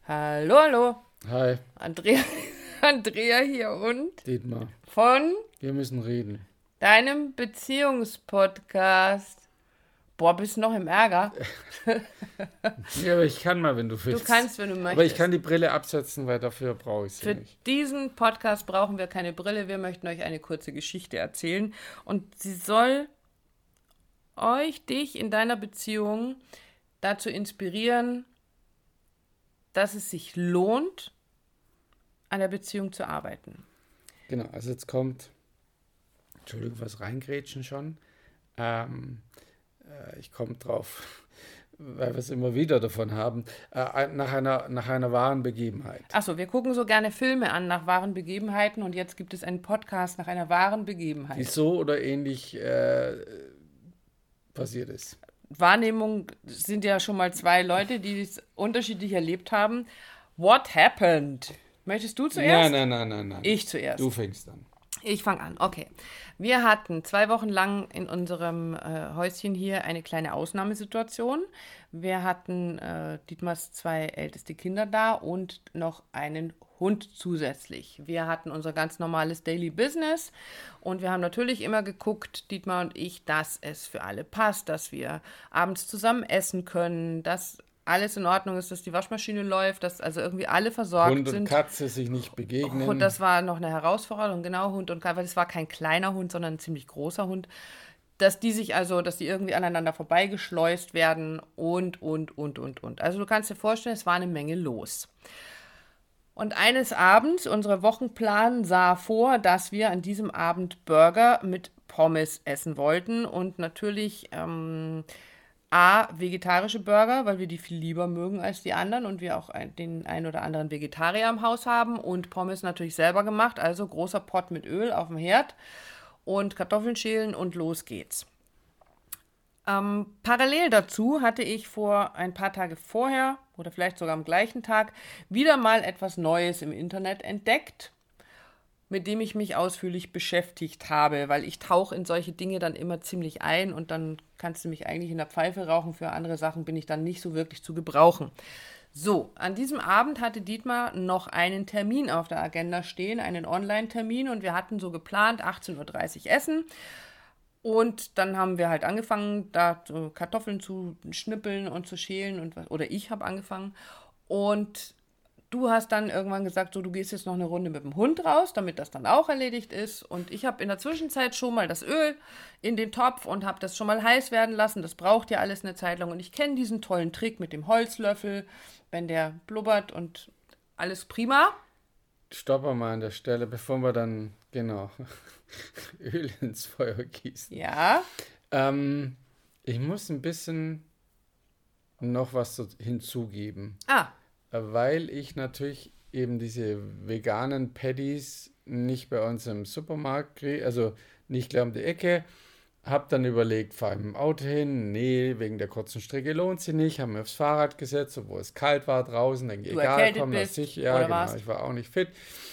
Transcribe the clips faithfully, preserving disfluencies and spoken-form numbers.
Hallo, hallo. Hi, Andrea, Andrea hier und Dietmar. von Wir müssen reden. deinem Beziehungspodcast. Boah, bist du noch im Ärger? Ja, aber ich kann mal, wenn du Du willst. kannst, wenn du Aber ich kann möchtest. die Brille absetzen, weil dafür brauche ich sie Für nicht. diesen Podcast brauchen wir keine Brille. Wir möchten euch eine kurze Geschichte erzählen. Und sie soll euch, dich in deiner Beziehung dazu inspirieren, dass es sich lohnt, an der Beziehung zu arbeiten. Genau, also jetzt kommt, Entschuldigung, was reingrätschen schon. Ähm, äh, ich komme drauf, weil wir es immer wieder davon haben, äh, nach einer, nach einer wahren Begebenheit. Achso, wir gucken so gerne Filme an nach wahren Begebenheiten und jetzt gibt es einen Podcast nach einer wahren Die Begebenheit. so oder ähnlich äh, passiert ist. Wahrnehmung sind ja schon mal zwei Leute, die es unterschiedlich erlebt haben. What happened? Möchtest du zuerst? Nein, nein, nein, nein, nein. Ich zuerst. Du fängst an. Ich fange an. Okay. Wir hatten zwei Wochen lang in unserem äh, Häuschen hier eine kleine Ausnahmesituation. Wir hatten äh, Dietmars zwei älteste Kinder da und noch einen Hund zusätzlich. Wir hatten unser ganz normales Daily Business und wir haben natürlich immer geguckt, Dietmar und ich, dass es für alle passt, dass wir abends zusammen essen können, dass alles in Ordnung ist, dass die Waschmaschine läuft, dass also irgendwie alle versorgt Hund und sind. Katze sich nicht begegnen. Und das war noch eine Herausforderung, genau, Hund und Katze, weil es war kein kleiner Hund, sondern ein ziemlich großer Hund, dass die sich also, dass die irgendwie aneinander vorbeigeschleust werden und, und, und, und, und. Also du kannst dir vorstellen, es war eine Menge los. Und eines Abends, unser Wochenplan sah vor, dass wir an diesem Abend Burger mit Pommes essen wollten und natürlich ähm, A, vegetarische Burger, weil wir die viel lieber mögen als die anderen und wir auch ein, den ein oder anderen Vegetarier im Haus haben und Pommes natürlich selber gemacht, also großer Pott mit Öl auf dem Herd und Kartoffeln schälen und los geht's. Ähm, parallel dazu hatte ich vor ein paar Tage vorher oder vielleicht sogar am gleichen Tag wieder mal etwas Neues im Internet entdeckt, mit dem ich mich ausführlich beschäftigt habe, weil ich tauche in solche Dinge dann immer ziemlich ein und dann kannst du mich eigentlich in der Pfeife rauchen. Für andere Sachen bin ich dann nicht so wirklich zu gebrauchen. So, an diesem Abend hatte Dietmar noch einen Termin auf der Agenda stehen, einen Online-Termin und wir hatten so geplant, achtzehn Uhr dreißig Essen. Und dann haben wir halt angefangen, da so Kartoffeln zu schnippeln und zu schälen und was, oder ich habe angefangen. Und du hast dann irgendwann gesagt, so, du gehst jetzt noch eine Runde mit dem Hund raus, damit das dann auch erledigt ist. Und ich habe in der Zwischenzeit schon mal das Öl in den Topf und habe das schon mal heiß werden lassen. Das braucht ja alles eine Zeit lang. Und ich kenne diesen tollen Trick mit dem Holzlöffel, wenn der blubbert und alles prima. Stoppen wir mal an der Stelle, bevor wir dann, genau, Öl ins Feuer gießen. Ja, Ähm, ich muss ein bisschen noch was so hinzugeben, ah, äh, weil ich natürlich eben diese veganen Patties nicht bei uns im Supermarkt kriege, also nicht gleich um die Ecke. Hab dann überlegt, fahre ich mit dem Auto hin? Nee, wegen der kurzen Strecke lohnt sie nicht. Haben wir aufs Fahrrad gesetzt, obwohl es kalt war draußen. Denke, du egal, erkältet komm, lass bist sich. Ja, oder genau, warst. ich war auch nicht fit.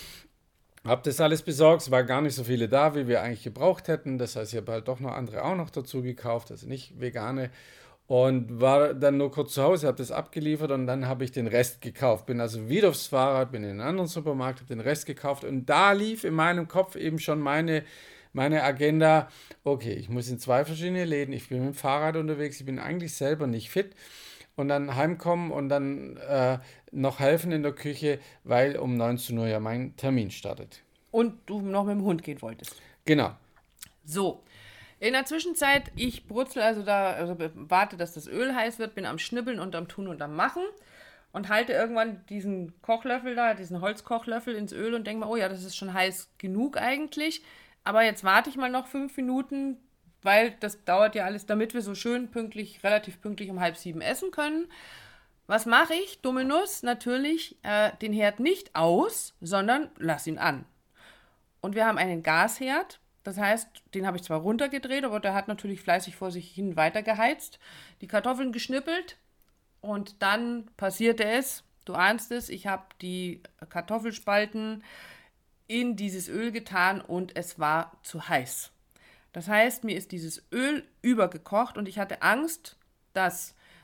Hab das alles besorgt. Es waren gar nicht so viele da, wie wir eigentlich gebraucht hätten. Das heißt, ich habe halt doch noch andere auch noch dazu gekauft, also nicht vegane. Und war dann nur kurz zu Hause, habe das abgeliefert und dann habe ich den Rest gekauft. Bin also wieder aufs Fahrrad, bin in einen anderen Supermarkt, habe den Rest gekauft und da lief in meinem Kopf eben schon meine, meine Agenda. Okay, ich muss in zwei verschiedene Läden, ich bin mit dem Fahrrad unterwegs, ich bin eigentlich selber nicht fit. Und dann heimkommen und dann äh, noch helfen in der Küche, weil um neunzehn Uhr ja mein Termin startet. Und du noch mit dem Hund gehen wolltest. Genau. So, in der Zwischenzeit, ich brutzel also da, also warte, dass das Öl heiß wird, bin am Schnibbeln und am Tun und am Machen und halte irgendwann diesen Kochlöffel da, diesen Holzkochlöffel ins Öl und denke mal, oh ja, das ist schon heiß genug eigentlich. Aber jetzt warte ich mal noch fünf Minuten, weil das dauert ja alles, damit wir so schön pünktlich, relativ pünktlich um halb sieben essen können. Was mache ich? Dumme Nuss, natürlich äh, den Herd nicht aus, sondern lass ihn an. Und wir haben einen Gasherd. Das heißt, den habe ich zwar runtergedreht, aber der hat natürlich fleißig vor sich hin weiter geheizt. Die Kartoffeln geschnippelt und dann passierte es, du ahnst es, ich habe die Kartoffelspalten in dieses Öl getan und es war zu heiß. Das heißt, mir ist dieses Öl übergekocht und ich hatte Angst, dass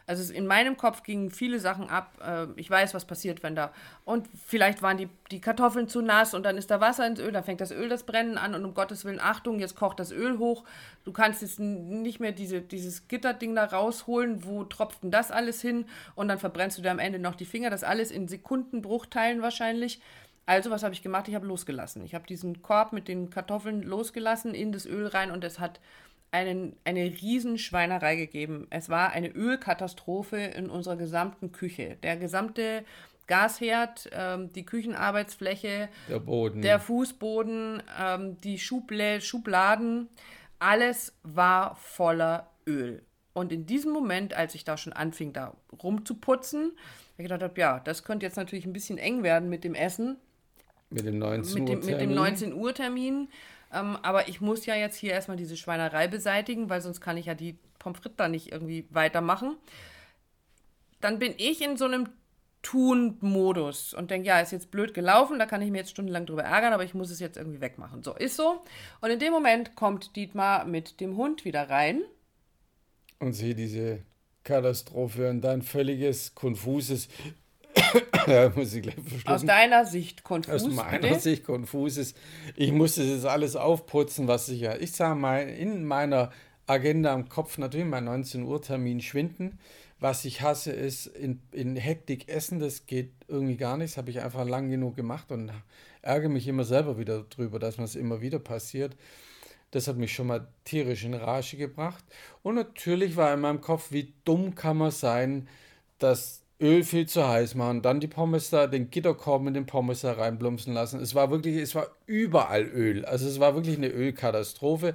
Also es, in meinem Kopf gingen viele Sachen ab. Äh, ich weiß, was passiert, wenn da... Und vielleicht waren die, die Kartoffeln zu nass und dann ist da Wasser ins Öl, dann fängt das Öl das Brennen an und um Gottes Willen, Achtung, jetzt kocht das Öl hoch. Du kannst jetzt nicht mehr diese, dieses Gitterding da rausholen, wo tropft denn das alles hin? Und dann verbrennst du dir am Ende noch die Finger. Das alles in Sekundenbruchteilen wahrscheinlich. Also, was habe ich gemacht? Ich habe losgelassen. Ich habe diesen Korb mit den Kartoffeln losgelassen, in das Öl rein und es hat einen, eine Riesenschweinerei gegeben. Es war eine Ölkatastrophe in unserer gesamten Küche. Der gesamte Gasherd, ähm, die Küchenarbeitsfläche, Der Boden. der Fußboden, ähm, die Schuble, Schubladen, alles war voller Öl. Und in diesem Moment, als ich da schon anfing, da rumzuputzen, ich gedacht habe, ja, das könnte jetzt natürlich ein bisschen eng werden mit dem Essen. Mit dem neunzehn Mit Uhr dem, Termin. mit dem neunzehn Uhr Termin. Ähm, aber ich muss ja jetzt hier erstmal diese Schweinerei beseitigen, weil sonst kann ich ja die Pommes frites da nicht irgendwie weitermachen. Dann bin ich in so einem Tun-Modus und denke, ja, ist jetzt blöd gelaufen, da kann ich mir jetzt stundenlang drüber ärgern, aber ich muss es jetzt irgendwie wegmachen. So, ist so. Und in dem Moment kommt Dietmar mit dem Hund wieder rein. Und sehe diese Katastrophe und dann völliges, konfuses, ja, muss ich gleich verschlucken. Aus deiner Sicht konfus, Aus meiner bitte? Sicht konfuses. Ich musste das alles aufputzen, was ich ja, ich sage mal, in meiner Agenda am Kopf natürlich mein neunzehn Uhr Termin schwinden. Was ich hasse, ist in, in Hektik essen, das geht irgendwie gar nicht. Das habe ich einfach lang genug gemacht und ärgere mich immer selber wieder drüber, dass mir es immer wieder passiert. Das hat mich schon mal tierisch in Rage gebracht. Und natürlich war in meinem Kopf, wie dumm kann man sein, das Öl viel zu heiß machen, dann die Pommes da, den Gitterkorb mit den Pommes da reinplumpsen lassen. Es war wirklich, es war überall Öl. Also es war wirklich eine Ölkatastrophe.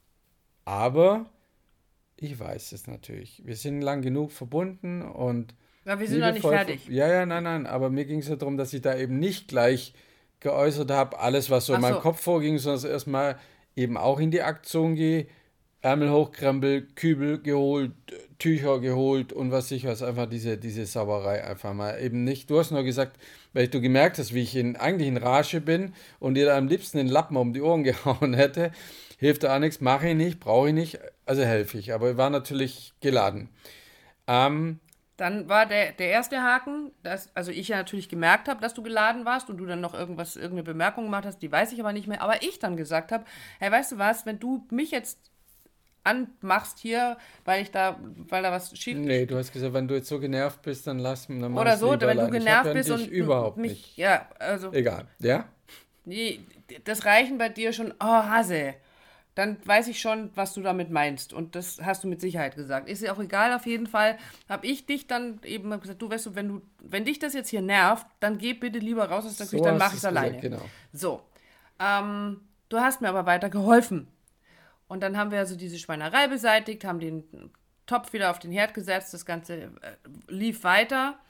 Aber ich weiß es natürlich. Wir sind lang genug verbunden und Ja, wir sind noch nicht liebevoll fertig. ver- Ja, ja, nein, nein. Aber mir ging es ja darum, dass ich da eben nicht gleich geäußert habe, alles, was so in Ach meinem so. Kopf vorging, sondern erstmal eben auch in die Aktion gehe, Ärmel hochkrempel, Kübel geholt, Tücher geholt und was ich was, einfach diese, diese Sauerei einfach mal eben nicht. Du hast nur gesagt, weil du gemerkt hast, wie ich in, eigentlich in Rage bin und dir da am liebsten den Lappen um die Ohren gehauen hätte, hilft da auch nichts, mache ich nicht, brauche ich nicht, also helfe ich. Aber ich war natürlich geladen. Ähm, Dann war der, der erste Haken, dass, also ich ja natürlich gemerkt habe, dass du geladen warst und du dann noch irgendwas, irgendeine Bemerkung gemacht hast, die weiß ich aber nicht mehr. Aber ich dann gesagt habe, hey, weißt du was, wenn du mich jetzt anmachst hier, weil ich da, weil da was schief nee, du hast gesagt, wenn du jetzt so genervt bist, dann lass mich, dann mach oder ich's so, lieber wenn du allein. Ich genervt hab ja bist dich und überhaupt mich, nicht. ja, also Egal, ja? nee, das reichen bei dir schon, oh Hase, dann weiß ich schon, was du damit meinst und das hast du mit Sicherheit gesagt. Ist ja auch egal, auf jeden Fall habe ich dich dann eben gesagt, du weißt du, wenn du, wenn dich das jetzt hier nervt, dann geh bitte lieber raus aus der Küche, So dann hast mach du ich es es gesagt, alleine. genau. So, ähm, du hast mir aber weiter geholfen. Und dann haben wir also diese Schweinerei beseitigt, haben den Topf wieder auf den Herd gesetzt, das Ganze äh, lief weiter.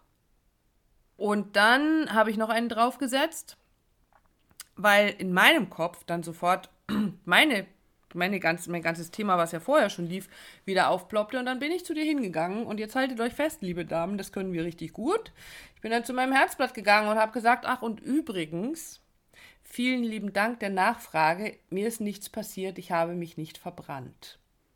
Und dann habe ich noch einen draufgesetzt, weil in meinem Kopf dann sofort meine, meine ganz, mein ganzes Thema, was ja vorher schon lief, wieder aufploppte. Und dann bin ich zu dir hingegangen. Und jetzt haltet euch fest, liebe Damen, das können wir richtig gut. Ich bin dann zu meinem Herzblatt gegangen und habe gesagt, ach und übrigens, vielen lieben Dank der Nachfrage. Mir ist nichts passiert, ich habe mich nicht verbrannt.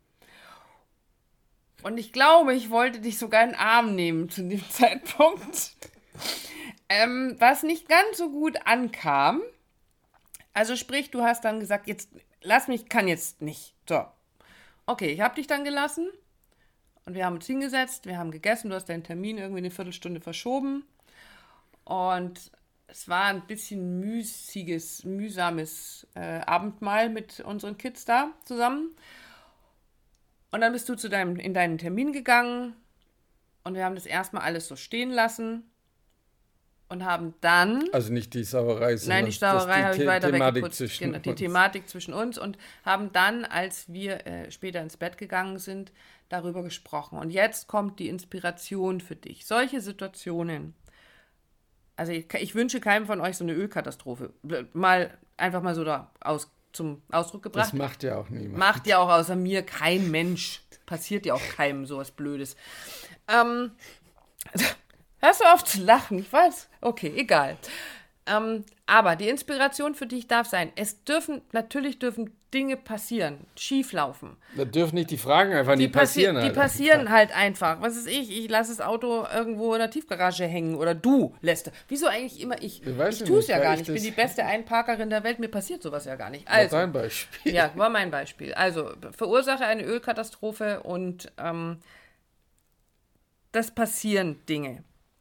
Und ich glaube, ich wollte dich sogar in den Arm nehmen zu dem Zeitpunkt. Ähm, was nicht ganz so gut ankam. Also sprich, du hast dann gesagt, jetzt lass mich, kann jetzt nicht. So. Okay, ich habe dich dann gelassen und wir haben uns hingesetzt, wir haben gegessen, du hast deinen Termin irgendwie eine Viertelstunde verschoben. Und es war ein bisschen müßiges, mühsames äh, Abendmahl mit unseren Kids da zusammen. Und dann bist du zu deinem, in deinen Termin gegangen und wir haben das erstmal alles so stehen lassen und haben dann, Also nicht die Sauerei, sondern nein, die Sauerei habe ich The- weiter Thematik weggeputzt, zwischen genau, die uns. Thematik zwischen uns und haben dann, als wir äh, später ins Bett gegangen sind, darüber gesprochen. Und jetzt kommt die Inspiration für dich. Solche Situationen. Also ich, ich wünsche keinem von euch so eine Ölkatastrophe. Mal einfach mal so da aus, zum Ausdruck Das gebracht. macht ja auch niemand. Macht ja auch außer mir kein Mensch. Passiert ja auch keinem sowas Blödes. Ähm, hörst du auf zu lachen? Ich weiß. Okay, egal. Ähm, aber die Inspiration für dich darf sein, es dürfen, natürlich dürfen Dinge passieren, schieflaufen. Da dürfen nicht die Fragen einfach Die, nicht passi passieren die halt passieren einfach. halt einfach. Was ist ich? Ich lasse das Auto irgendwo in der Tiefgarage hängen oder du lässt. Wieso eigentlich immer ich? Ich weiß Ich ja tue es nicht, ja weil gar ich nicht. Ich bin das die beste Einparkerin der Welt. Mir passiert sowas ja gar nicht. war Also, dein Beispiel. ja, war mein Beispiel. Also, verursache eine Ölkatastrophe und ähm, das passieren Dinge.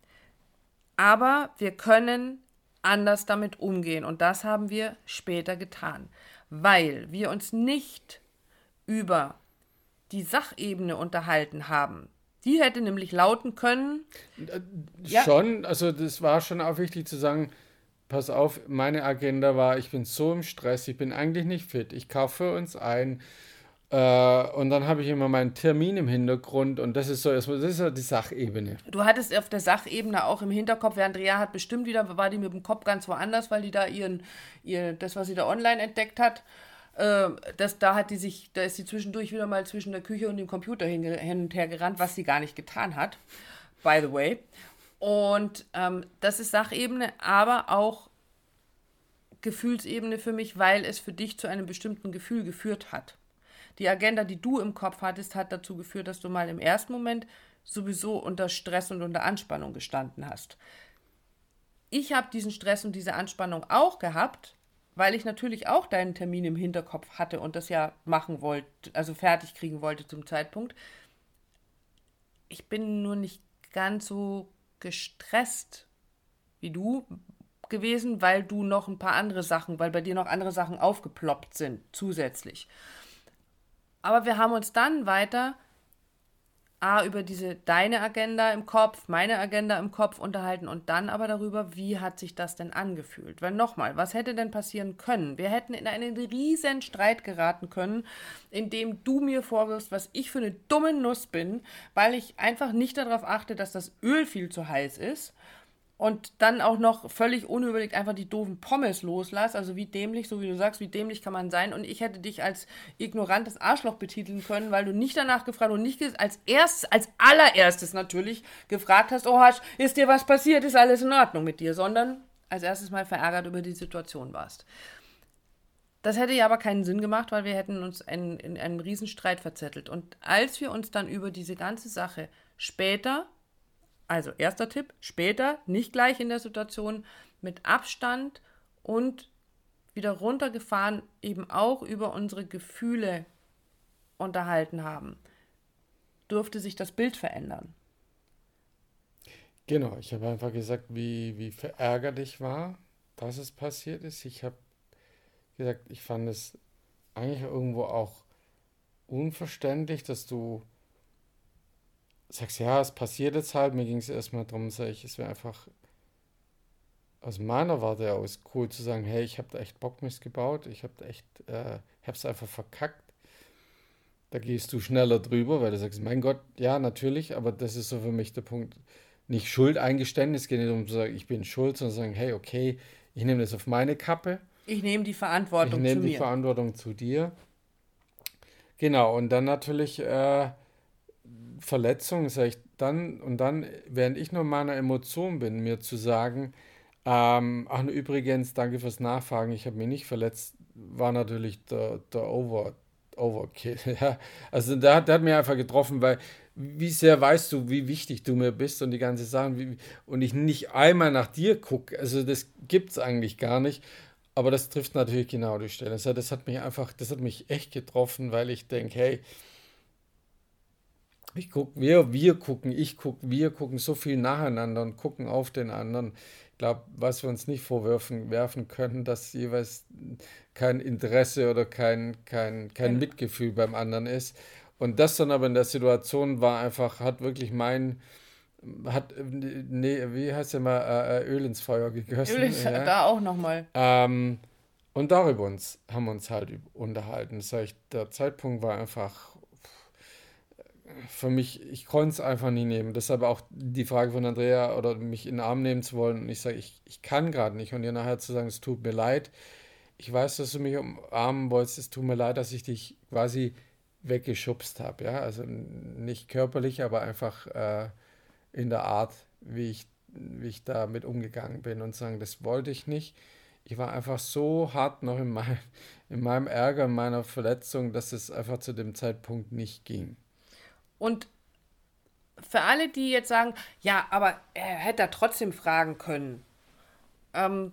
Aber wir können anders damit umgehen und das haben wir später getan, weil wir uns nicht über die Sachebene unterhalten haben. Die hätte nämlich lauten können, ja, Schon, also das war schon auch wichtig zu sagen, pass auf, meine Agenda war, ich bin so im Stress, ich bin eigentlich nicht fit, ich kaufe für uns ein äh, und dann habe ich immer meinen Termin im Hintergrund und das ist so erstmal, das ist ja die Sachebene. du hattest auf der Sachebene auch im Hinterkopf, ja, Andrea hat bestimmt wieder, war die mit dem Kopf ganz woanders, weil die da ihren, ihr, das, was sie da online entdeckt hat, äh, das, da hat die sich, da ist sie zwischendurch wieder mal zwischen der Küche und dem Computer hin, hin und her gerannt, was sie gar nicht getan hat, by the way. Und ähm, das ist Sachebene, aber auch Gefühlsebene für mich, weil es für dich zu einem bestimmten Gefühl geführt hat. Die Agenda, die du im Kopf hattest, hat dazu geführt, dass du mal im ersten Moment sowieso unter Stress und unter Anspannung gestanden hast. Ich habe diesen Stress und diese Anspannung auch gehabt, weil ich natürlich auch deinen Termin im Hinterkopf hatte und das ja machen wollte, also fertig kriegen wollte zum Zeitpunkt. Ich bin nur nicht ganz so gestresst wie du gewesen, weil du noch ein paar andere Sachen, weil bei dir noch andere Sachen aufgeploppt sind zusätzlich. Aber wir haben uns dann weiter A, über diese deine Agenda im Kopf, meine Agenda im Kopf unterhalten und dann aber darüber, wie hat sich das denn angefühlt? Weil nochmal, was hätte denn passieren können? Wir hätten in einen riesen Streit geraten können, in dem du mir vorwirfst, was ich für eine dumme Nuss bin, weil ich einfach nicht darauf achte, dass das Öl viel zu heiß ist. Und dann auch noch völlig unüberlegt einfach die doofen Pommes loslass. Also wie dämlich, so wie du sagst, wie dämlich kann man sein. Und ich hätte dich als ignorantes Arschloch betiteln können, weil du nicht danach gefragt und nicht als erstes, als allererstes natürlich gefragt hast, oh, ist dir was passiert, ist alles in Ordnung mit dir, sondern als erstes mal verärgert über die Situation warst. Das hätte ja aber keinen Sinn gemacht, weil wir hätten uns in, in einem Riesenstreit verzettelt. Und als wir uns dann über diese ganze Sache später, also erster Tipp, später, nicht gleich in der Situation, mit Abstand und wieder runtergefahren, eben auch über unsere Gefühle unterhalten haben, durfte sich das Bild verändern. Genau, ich habe einfach gesagt, wie, wie verärgert ich war, dass es passiert ist. Ich habe gesagt, ich fand es eigentlich irgendwo auch unverständlich, dass du sagst, ja, es passiert jetzt halt. Mir ging es erstmal darum, sag ich, es wäre einfach aus meiner Warte aus cool zu sagen, hey, ich habe da echt Bock missgebaut, ich habe da echt, äh, ich habe es einfach verkackt. Da gehst du schneller drüber, weil du sagst, mein Gott, ja, natürlich, aber das ist so für mich der Punkt. Nicht Schuldeingeständnis, es geht nicht darum zu sagen, ich bin schuld, sondern sagen, hey, okay, ich nehme das auf meine Kappe, Ich nehme die ich Verantwortung zu nehme die mir. Verantwortung zu dir. Genau, und dann natürlich äh, Verletzung, sage ich dann, und dann, während ich noch in meiner Emotion bin, mir zu sagen, ähm, ach, und übrigens, danke fürs Nachfragen, ich habe mich nicht verletzt, war natürlich der, der Over, Overkill. Ja. Also der, hat- der hat mir einfach getroffen, weil wie sehr weißt du, wie wichtig du mir bist und die ganze Sachen, wie, und ich nicht einmal nach dir gucke, also das gibt es eigentlich gar nicht. Aber das trifft natürlich genau die Stelle. Das hat, das hat mich einfach, das hat mich echt getroffen, weil ich denke, hey, ich guck, wir, wir gucken, ich gucke, wir gucken so viel nacheinander und gucken auf den anderen. Ich glaube, was wir uns nicht vorwerfen werfen können, dass jeweils kein Interesse oder kein, kein, kein Gen Mitgefühl beim anderen ist. Und das dann aber in der Situation war einfach, hat wirklich mein, hat, äh, nee, wie heißt der mal, äh, äh, Öl ins Feuer gegossen, ja. Da auch nochmal. Ähm, und darüber uns, haben wir uns halt üb- unterhalten. Das heißt, der Zeitpunkt war einfach für mich, ich konnte es einfach nie nehmen. Deshalb auch die Frage von Andrea oder mich in den Arm nehmen zu wollen. Und ich sage, ich, ich kann gerade nicht. Und ihr nachher zu sagen, es tut mir leid. Ich weiß, dass du mich umarmen wolltest. Es tut mir leid, dass ich dich quasi weggeschubst habe. Ja? Also nicht körperlich, aber einfach äh, in der Art, wie ich, wie ich damit umgegangen bin und sagen, das wollte ich nicht. Ich war einfach so hart noch in, mein, in meinem Ärger, in meiner Verletzung, dass es einfach zu dem Zeitpunkt nicht ging. Und für alle, die jetzt sagen, ja, aber er hätte da trotzdem fragen können. Ähm,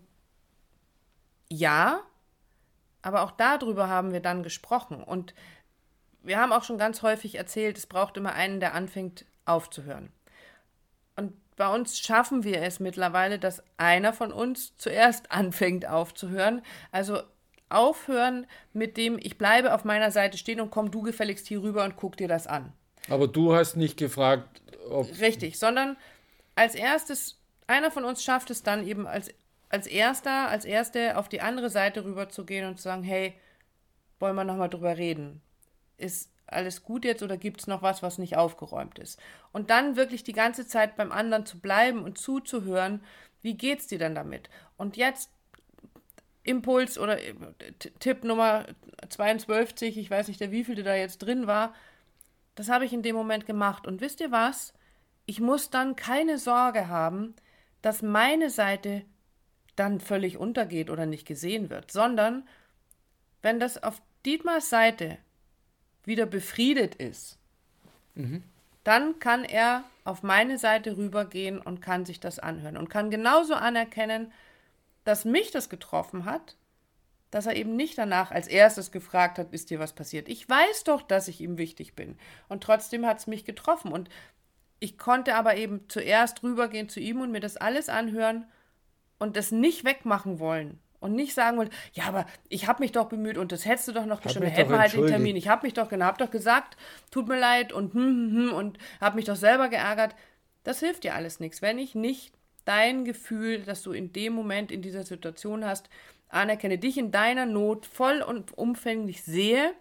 ja, aber auch darüber haben wir dann gesprochen. Und wir haben auch schon ganz häufig erzählt, es braucht immer einen, der anfängt aufzuhören. Und bei uns schaffen wir es mittlerweile, dass einer von uns zuerst anfängt aufzuhören. Also aufhören mit dem, ich bleibe auf meiner Seite stehen und komm du gefälligst hier rüber und guck dir das an. Aber du hast nicht gefragt, ob... Richtig, sondern als erstes, einer von uns schafft es dann eben als, als erster, als erste auf die andere Seite rüber zu gehen und zu sagen, hey, wollen wir nochmal drüber reden? Ist alles gut jetzt oder gibt es noch was, was nicht aufgeräumt ist? Und dann wirklich die ganze Zeit beim anderen zu bleiben und zuzuhören, wie geht's dir denn damit? Und jetzt Impuls oder Tipp Nummer zweiundzwanzig, ich weiß nicht, der wievielte da jetzt drin war, das habe ich in dem Moment gemacht. Und wisst ihr was? Ich muss dann keine Sorge haben, dass meine Seite dann völlig untergeht oder nicht gesehen wird, sondern wenn das auf Dietmars Seite wieder befriedet ist, mhm. dann kann er auf meine Seite rübergehen und kann sich das anhören und kann genauso anerkennen, dass mich das getroffen hat, dass er eben nicht danach als erstes gefragt hat, ist dir was passiert? Ich weiß doch, dass ich ihm wichtig bin. Und trotzdem hat es mich getroffen. Und ich konnte aber eben zuerst rübergehen zu ihm und mir das alles anhören und das nicht wegmachen wollen. Und nicht sagen wollen, ja, aber ich habe mich doch bemüht und das hättest du doch noch geschrieben, hätten wir halt den Termin. Ich habe mich doch genau, hab doch gesagt, tut mir leid und hm, hm, hm, und habe mich doch selber geärgert. Das hilft dir alles nichts, wenn ich nicht dein Gefühl, das du in dem Moment in dieser Situation hast, anerkenne, dich in deiner Not voll und umfänglich sehe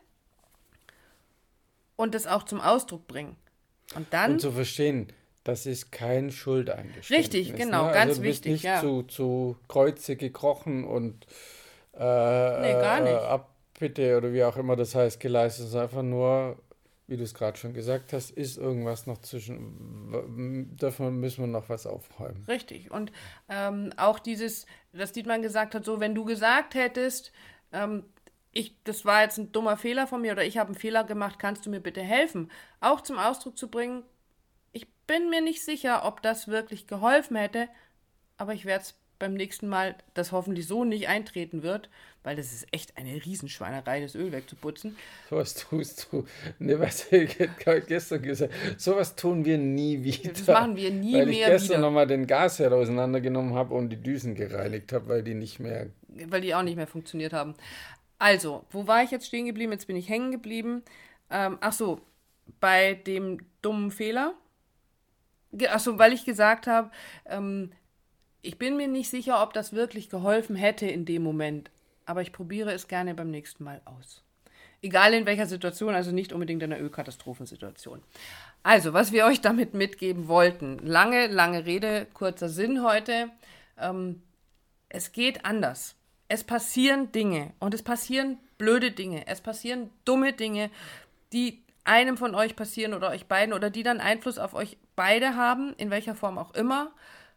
und das auch zum Ausdruck bringe. Und dann... Und zu verstehen, das ist kein Schuldeingeständnis. Richtig, genau, ne? ganz also du bist wichtig, nicht ja. zu, zu Kreuze gekrochen und äh, nee, gar nicht. Äh, Abbitte oder wie auch immer das heißt geleistet. Es ist einfach nur, wie du es gerade schon gesagt hast, ist irgendwas noch zwischen, davon müssen wir noch was aufräumen. Richtig. Und ähm, auch dieses, dass Dietmar gesagt hat, so, wenn du gesagt hättest, ähm, ich, das war jetzt ein dummer Fehler von mir oder ich habe einen Fehler gemacht, kannst du mir bitte helfen? Auch zum Ausdruck zu bringen, ich bin mir nicht sicher, ob das wirklich geholfen hätte, aber ich werde es beim nächsten Mal, das hoffentlich so nicht eintreten wird, weil das ist echt eine Riesenschweinerei, das Öl wegzuputzen. Sowas tust du. Ne, was ich gestern gesagt sowas tun wir nie wieder. Das machen wir nie weil mehr ich gestern wieder. nochmal den Gasherd auseinandergenommen habe und die Düsen gereinigt habe, weil die nicht mehr... Weil die auch nicht mehr funktioniert haben. Also, wo war ich jetzt stehen geblieben? Jetzt bin ich hängen geblieben. Ähm, ach so, bei dem dummen Fehler. Achso, weil ich gesagt habe, ähm, ich bin mir nicht sicher, ob das wirklich geholfen hätte in dem Moment, aber ich probiere es gerne beim nächsten Mal aus. Egal in welcher Situation, also nicht unbedingt in einer Ölkatastrophensituation. Also, was wir euch damit mitgeben wollten, lange, lange Rede, kurzer Sinn heute, ähm, es geht anders. Es passieren Dinge und es passieren blöde Dinge, es passieren dumme Dinge, die einem von euch passieren oder euch beiden oder die dann Einfluss auf euch beide haben, in welcher Form auch immer.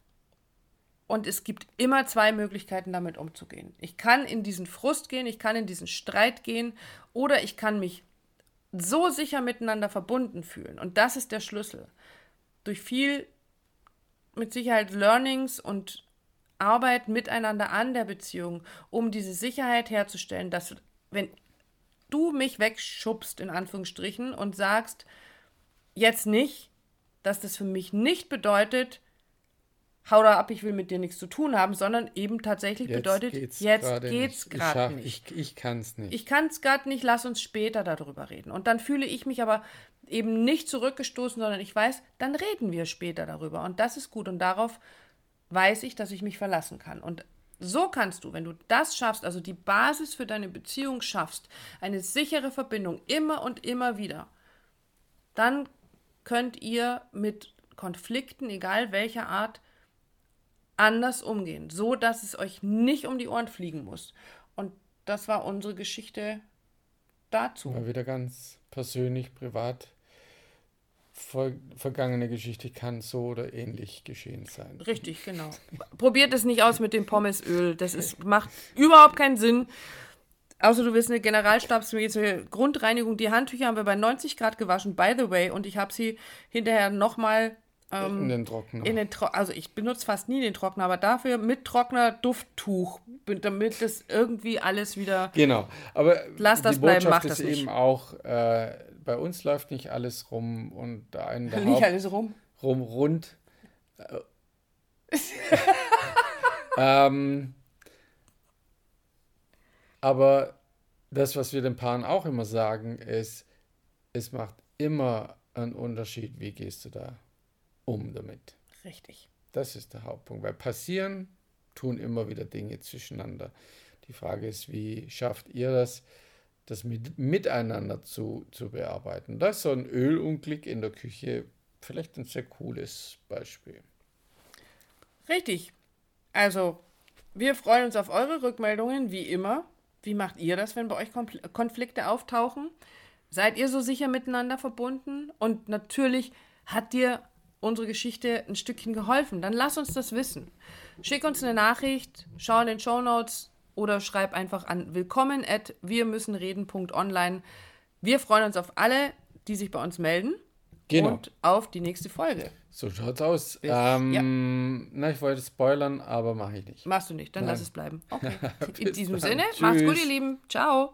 Und es gibt immer zwei Möglichkeiten, damit umzugehen. Ich kann in diesen Frust gehen, ich kann in diesen Streit gehen oder ich kann mich so sicher miteinander verbunden fühlen. Und das ist der Schlüssel. Durch viel, mit Sicherheit, Learnings und Arbeit miteinander an der Beziehung, um diese Sicherheit herzustellen, dass wenn du mich wegschubst, in Anführungsstrichen, und sagst, jetzt nicht, dass das für mich nicht bedeutet, hau da ab, ich will mit dir nichts zu tun haben, sondern eben tatsächlich jetzt bedeutet, geht's jetzt geht's gerade nicht. Ich, ich kann es nicht. Ich kann es gerade nicht, lass uns später darüber reden. Und dann fühle ich mich aber eben nicht zurückgestoßen, sondern ich weiß, dann reden wir später darüber. Und das ist gut. Und darauf weiß ich, dass ich mich verlassen kann. Und so kannst du, wenn du das schaffst, also die Basis für deine Beziehung schaffst, eine sichere Verbindung immer und immer wieder, dann könnt ihr mit Konflikten, egal welcher Art, anders umgehen, so dass es euch nicht um die Ohren fliegen muss. Und das war unsere Geschichte dazu. Mal wieder ganz persönlich, privat. ver vergangene Geschichte kann so oder ähnlich geschehen sein. Richtig, genau. Probiert es nicht aus mit dem Pommesöl. Das ist, macht überhaupt keinen Sinn. Außer du willst eine generalstabsmäßige Grundreinigung. Die Handtücher haben wir bei neunzig Grad gewaschen, by the way. Und ich habe sie hinterher nochmal ähm, in den Trockner. In den Tro- also ich benutze fast nie den Trockner, aber dafür mit Trockner Dufttuch, damit das irgendwie alles wieder... Genau, aber lass das die bleiben, Botschaft mach das ist nicht. eben auch, äh, bei uns läuft nicht alles rum und da einen der Nicht Haupt- alles rum. rum rund. ähm, aber das, was wir den Paaren auch immer sagen, ist, es macht immer einen Unterschied, wie gehst du da um damit. Richtig. Das ist der Hauptpunkt, weil passieren tun immer wieder Dinge zwischeneinander. Die Frage ist, wie schafft ihr das, das mit, miteinander zu, zu bearbeiten? Das ist so ein Ölunglück in der Küche vielleicht ein sehr cooles Beispiel. Richtig. Also, wir freuen uns auf eure Rückmeldungen, wie immer. Wie macht ihr das, wenn bei euch Kompl- Konflikte auftauchen? Seid ihr so sicher miteinander verbunden? Und natürlich hat dir unsere Geschichte ein Stückchen geholfen. Dann lass uns das wissen. Schick uns eine Nachricht, schau in den Shownotes oder schreib einfach an willkommen at wirmüssenreden punkt online. Wir freuen uns auf alle, die sich bei uns melden. Genau. Und auf die nächste Folge. So schaut's aus. Bis- Ähm, na, ich wollte spoilern, aber mache ich nicht. Machst du nicht, dann Nein. lass es bleiben. Okay. In Bis diesem dann. Sinne, macht's gut, Tschüss. ihr Lieben. Ciao.